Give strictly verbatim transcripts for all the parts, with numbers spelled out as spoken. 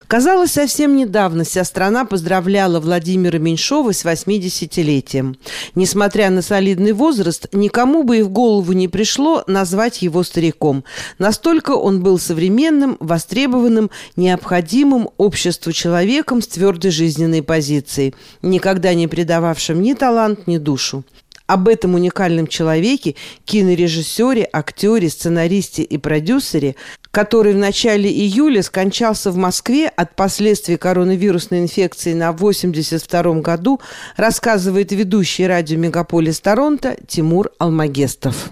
Казалось, совсем недавно вся страна поздравляла Владимира Меньшова с восьмидесятилетием. Несмотря на солидный возраст, никому бы и в голову не пришло назвать его стариком. Настолько он был современным, востребованным, необходимым обществу человеком с твердой жизненной позицией, никогда не предававшим ни талант, ни душу. Об этом уникальном человеке, кинорежиссере, актере, сценаристе и продюсере, который в начале июля скончался в Москве от последствий коронавирусной инфекции на восемьдесят втором году, рассказывает ведущий радио «Мегаполис Торонто» Тимур Алмагестов.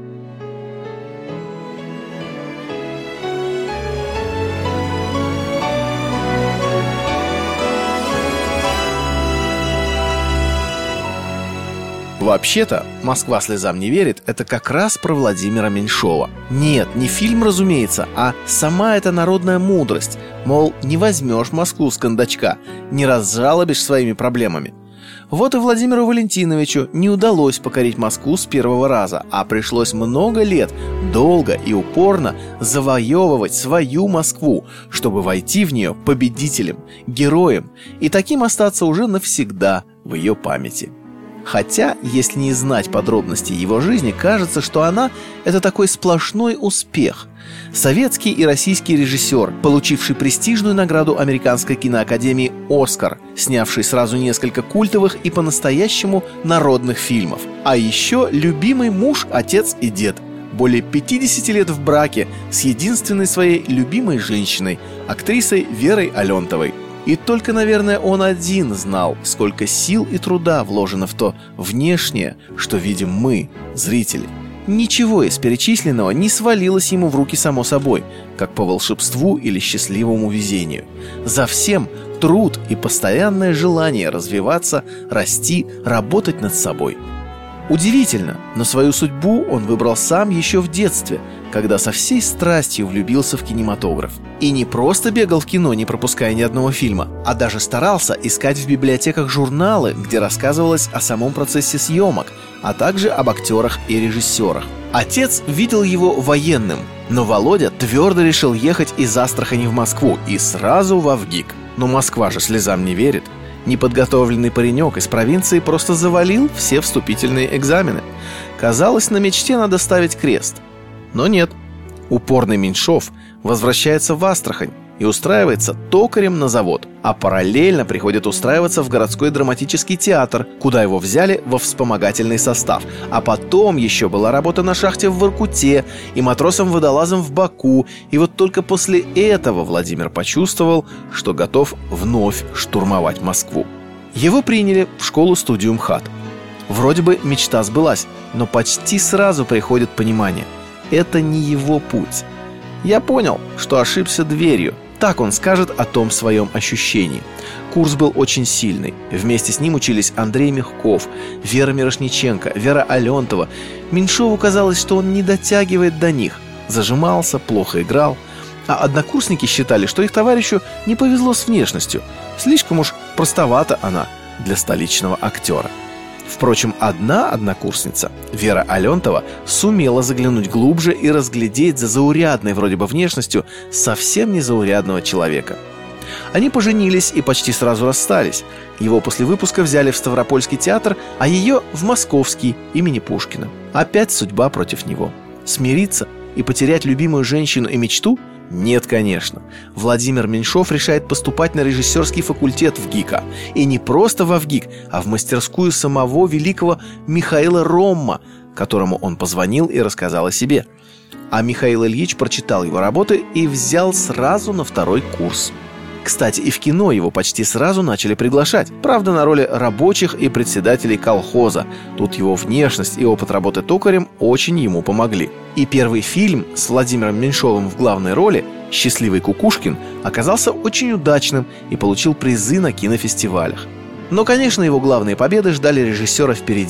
Вообще-то, «Москва слезам не верит» — это как раз про Владимира Меньшова. Нет, не фильм, разумеется, а сама эта народная мудрость. Мол, не возьмешь Москву с кондачка, не разжалобишь своими проблемами. Вот и Владимиру Валентиновичу не удалось покорить Москву с первого раза, а пришлось много лет, долго и упорно завоевывать свою Москву, чтобы войти в нее победителем, героем и таким остаться уже навсегда в ее памяти. Хотя, если не знать подробностей его жизни, кажется, что она – это такой сплошной успех. Советский и российский режиссер, получивший престижную награду Американской киноакадемии «Оскар», снявший сразу несколько культовых и по-настоящему народных фильмов. А еще любимый муж, отец и дед. Более пятидесяти лет в браке с единственной своей любимой женщиной, актрисой Верой Алентовой. И только, наверное, он один знал, сколько сил и труда вложено в то внешнее, что видим мы, зрители. Ничего из перечисленного не свалилось ему в руки само собой, как по волшебству или счастливому везению. За всем труд и постоянное желание развиваться, расти, работать над собой. Удивительно, но свою судьбу он выбрал сам еще в детстве, когда со всей страстью влюбился в кинематограф. И не просто бегал в кино, не пропуская ни одного фильма, а даже старался искать в библиотеках журналы, где рассказывалось о самом процессе съемок, а также об актерах и режиссерах. Отец видел его военным, но Володя твердо решил ехать из Астрахани в Москву и сразу в ВГИК. Но Москва же слезам не верит. Неподготовленный паренек из провинции просто завалил все вступительные экзамены. Казалось, на мечте надо ставить крест. Но нет. Упорный Меньшов возвращается в Астрахань и устраивается токарем на завод, а параллельно приходит устраиваться в городской драматический театр, куда его взяли во вспомогательный состав. А потом еще была работа на шахте в Воркуте и матросом-водолазом в Баку. И вот только после этого Владимир почувствовал, что готов вновь штурмовать Москву. Его приняли в школу-студию МХАТ. Вроде бы мечта сбылась, но почти сразу приходит понимание – это не его путь. Я понял, что ошибся дверью. Так он скажет о том своем ощущении. Курс был очень сильный. Вместе с ним учились Андрей Мягков, Вера Мирошниченко, Вера Алентова. Меньшову казалось, что он не дотягивает до них. Зажимался, плохо играл. А однокурсники считали, что их товарищу не повезло с внешностью. Слишком уж простовата она для столичного актера. Впрочем, одна однокурсница, Вера Алентова, сумела заглянуть глубже и разглядеть за заурядной вроде бы внешностью совсем незаурядного человека. Они поженились и почти сразу расстались. Его после выпуска взяли в Ставропольский театр, а ее в Московский имени Пушкина. Опять судьба против него. Смириться и потерять любимую женщину и мечту? Нет, конечно. Владимир Меньшов решает поступать на режиссерский факультет ВГИКа. И не просто во ВГИК, а в мастерскую самого великого Михаила Ромма, которому он позвонил и рассказал о себе. А Михаил Ильич прочитал его работы и взял сразу на второй курс. Кстати, и в кино его почти сразу начали приглашать. Правда, на роли рабочих и председателей колхоза. Тут его внешность и опыт работы токарем очень ему помогли. И первый фильм с Владимиром Меньшовым в главной роли «Счастливый Кукушкин» оказался очень удачным и получил призы на кинофестивалях. Но, конечно, его главные победы ждали режиссера впереди.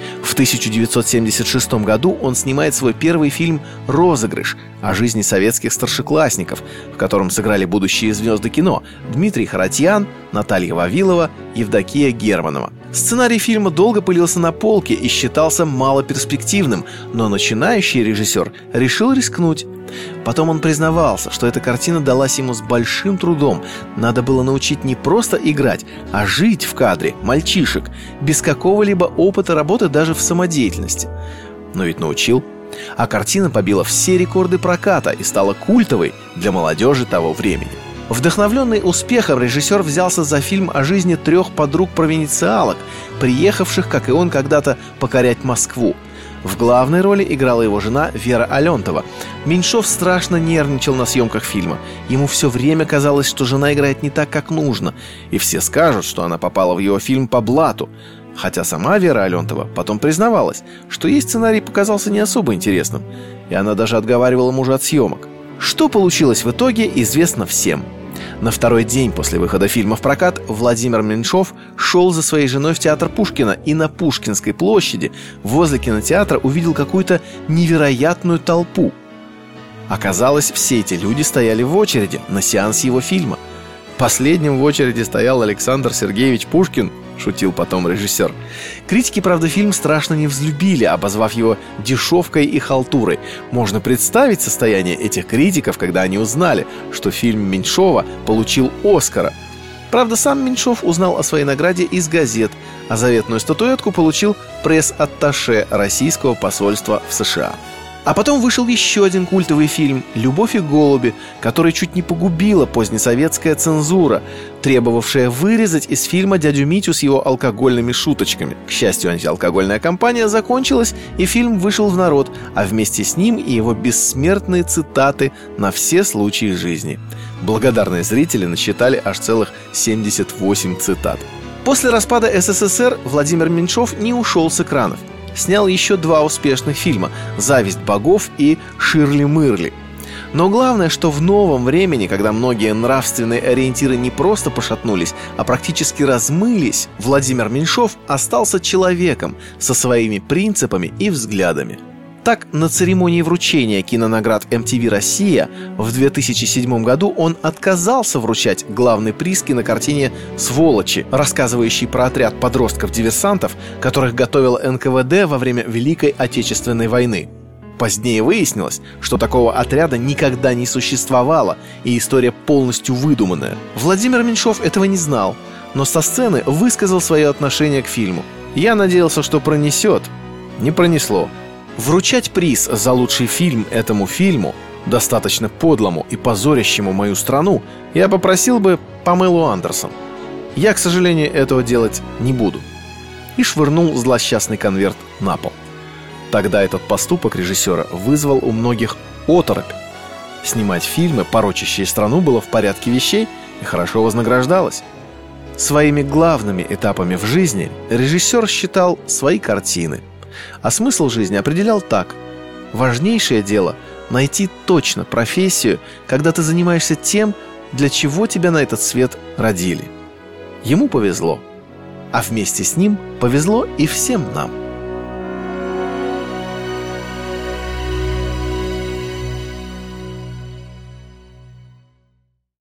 В тысяча девятьсот семьдесят шестом году он снимает свой первый фильм «Розыгрыш» о жизни советских старшеклассников, в котором сыграли будущие звезды кино Дмитрий Харатьян, Наталья Вавилова, Евдокия Германова. Сценарий фильма долго пылился на полке и считался малоперспективным, но начинающий режиссер решил рискнуть. Потом он признавался, что эта картина далась ему с большим трудом. Надо было научить не просто играть, а жить в кадре мальчишек, без какого-либо опыта работы даже в самодеятельности. Но ведь научил. А картина побила все рекорды проката и стала культовой для молодежи того времени. Вдохновленный успехом, режиссер взялся за фильм о жизни трех подруг-провинциалок, приехавших, как и он, когда-то покорять Москву. В главной роли играла его жена Вера Алентова. Меньшов страшно нервничал на съемках фильма. Ему все время казалось, что жена играет не так, как нужно, и все скажут, что она попала в его фильм по блату. Хотя сама Вера Алентова потом признавалась, что ей сценарий показался не особо интересным, и она даже отговаривала мужа от съемок. Что получилось в итоге, известно всем. На второй день после выхода фильма в прокат Владимир Меньшов шел за своей женой в театр Пушкина и на Пушкинской площади возле кинотеатра увидел какую-то невероятную толпу. Оказалось, все эти люди стояли в очереди на сеанс его фильма. Последним в очереди стоял Александр Сергеевич Пушкин, шутил потом режиссер. Критики, правда, фильм страшно не взлюбили, обозвав его дешевкой и халтурой. Можно представить состояние этих критиков, когда они узнали, что фильм Меньшова получил Оскара. Правда, сам Меньшов узнал о своей награде из газет, а заветную статуэтку получил пресс-атташе российского посольства в США. А потом вышел еще один культовый фильм «Любовь и голуби», который чуть не погубила позднесоветская цензура, требовавшая вырезать из фильма дядю Митю с его алкогольными шуточками. К счастью, антиалкогольная кампания закончилась, и фильм вышел в народ, а вместе с ним и его бессмертные цитаты на все случаи жизни. Благодарные зрители насчитали аж целых семьдесят восемь цитат. После распада эс эс эс эр Владимир Меньшов не ушел с экранов. Снял еще два успешных фильма «Зависть богов» и «Ширли-мырли». Но главное, что в новом времени, когда многие нравственные ориентиры не просто пошатнулись, а практически размылись, Владимир Меньшов остался человеком со своими принципами и взглядами. Так, на церемонии вручения кинонаград эм ти ви «Россия» в две тысячи седьмом году он отказался вручать главный приз кинокартине «Сволочи», рассказывающей про отряд подростков-диверсантов, которых готовил эн ка вэ дэ во время Великой Отечественной войны. Позднее выяснилось, что такого отряда никогда не существовало, и история полностью выдуманная. Владимир Меньшов этого не знал, но со сцены высказал свое отношение к фильму. «Я надеялся, что пронесет. Не пронесло. Вручать приз за лучший фильм этому фильму, достаточно подлому и позорящему мою страну, я попросил бы Памелу Андерсон. Я, к сожалению, этого делать не буду». И швырнул злосчастный конверт на пол. Тогда этот поступок режиссера вызвал у многих оторопь. Снимать фильмы, порочащие страну, было в порядке вещей и хорошо вознаграждалось. Своими главными этапами в жизни режиссер считал свои картины. А смысл жизни определял так: важнейшее дело — найти точно профессию, когда ты занимаешься тем, для чего тебя на этот свет родили. Ему повезло, а вместе с ним повезло и всем нам.